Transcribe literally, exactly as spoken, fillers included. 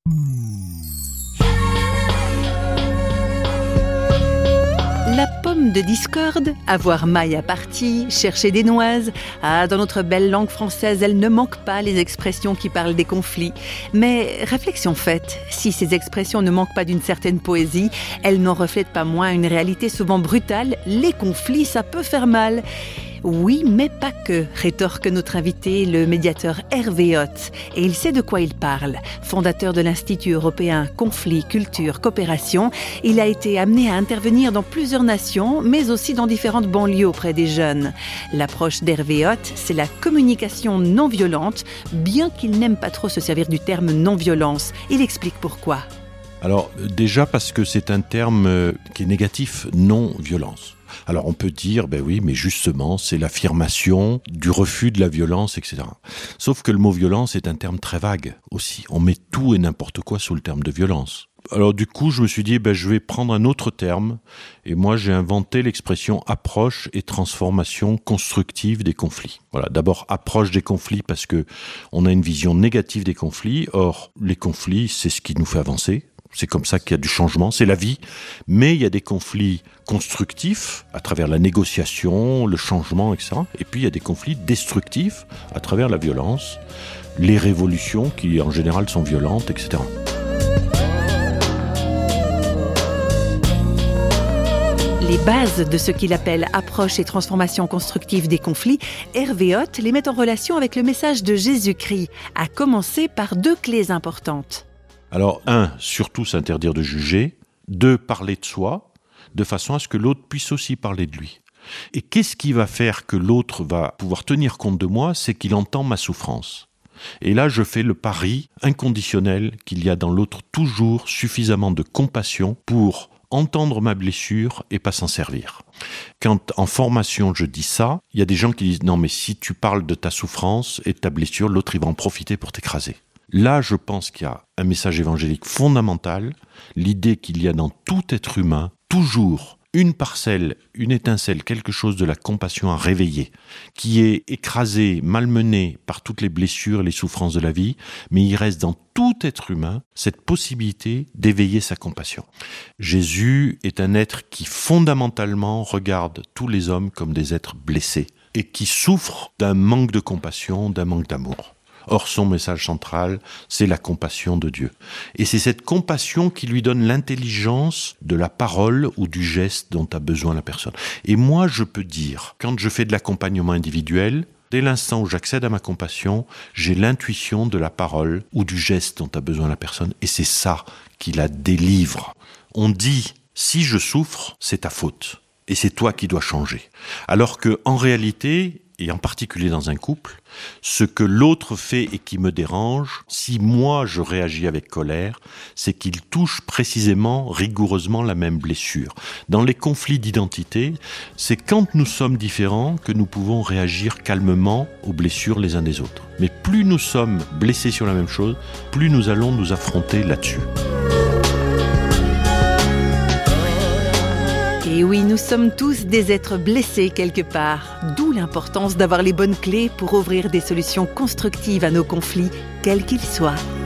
La pomme de discorde, avoir maille à partie, chercher des noises. Ah, dans notre belle langue française, elle ne manque pas les expressions qui parlent des conflits. Mais réflexion faite, si ces expressions ne manquent pas d'une certaine poésie, elles n'en reflètent pas moins une réalité souvent brutale. Les conflits, ça peut faire mal. Oui, mais pas que, rétorque notre invité, le médiateur Hervé Ott. Et il sait de quoi il parle. Fondateur de l'Institut européen Conflits, Culture, Coopération, il a été amené à intervenir dans plusieurs nations, mais aussi dans différentes banlieues auprès des jeunes. L'approche d'Hervé Ott, c'est la communication non violente, bien qu'il n'aime pas trop se servir du terme non-violence. Il explique pourquoi. Alors, déjà parce que c'est un terme qui est négatif, non-violence. Alors on peut dire, ben oui, mais justement, c'est l'affirmation du refus de la violence, et cetera. Sauf que le mot violence est un terme très vague aussi. On met tout et n'importe quoi sous le terme de violence. Alors du coup, je me suis dit, ben, je vais prendre un autre terme. Et moi, j'ai inventé l'expression approche et transformation constructive des conflits. Voilà, d'abord approche des conflits parce que on a une vision négative des conflits. Or, les conflits, c'est ce qui nous fait avancer. C'est comme ça qu'il y a du changement, c'est la vie. Mais il y a des conflits constructifs à travers la négociation, le changement, et cetera. Et puis il y a des conflits destructifs à travers la violence, les révolutions qui en général sont violentes, et cetera. Les bases de ce qu'il appelle approche et transformation constructive des conflits, Hervé Ott les met en relation avec le message de Jésus-Christ, à commencer par deux clés importantes. Alors, un, surtout s'interdire de juger. Deux, parler de soi, de façon à ce que l'autre puisse aussi parler de lui. Et qu'est-ce qui va faire que l'autre va pouvoir tenir compte de moi ? C'est qu'il entend ma souffrance. Et là, je fais le pari inconditionnel qu'il y a dans l'autre toujours suffisamment de compassion pour entendre ma blessure et pas s'en servir. Quand en formation je dis ça, il y a des gens qui disent « Non, mais si tu parles de ta souffrance et de ta blessure, l'autre il va en profiter pour t'écraser ». Là, je pense qu'il y a un message évangélique fondamental, l'idée qu'il y a dans tout être humain, toujours, une parcelle, une étincelle, quelque chose de la compassion à réveiller, qui est écrasé, malmené par toutes les blessures, les souffrances de la vie, mais il reste dans tout être humain cette possibilité d'éveiller sa compassion. Jésus est un être qui fondamentalement regarde tous les hommes comme des êtres blessés et qui souffrent d'un manque de compassion, d'un manque d'amour. Or, son message central, c'est la compassion de Dieu. Et c'est cette compassion qui lui donne l'intelligence de la parole ou du geste dont a besoin la personne. Et moi, je peux dire, quand je fais de l'accompagnement individuel, dès l'instant où j'accède à ma compassion, j'ai l'intuition de la parole ou du geste dont a besoin la personne. Et c'est ça qui la délivre. On dit, si je souffre, c'est ta faute. Et c'est toi qui dois changer. Alors que, en réalité, et en particulier dans un couple, ce que l'autre fait et qui me dérange, si moi je réagis avec colère, c'est qu'il touche précisément, rigoureusement la même blessure. Dans les conflits d'identité, c'est quand nous sommes différents que nous pouvons réagir calmement aux blessures les uns des autres. Mais plus nous sommes blessés sur la même chose, plus nous allons nous affronter là-dessus. Et oui, nous sommes tous des êtres blessés quelque part, d'où l'importance d'avoir les bonnes clés pour ouvrir des solutions constructives à nos conflits, quels qu'ils soient.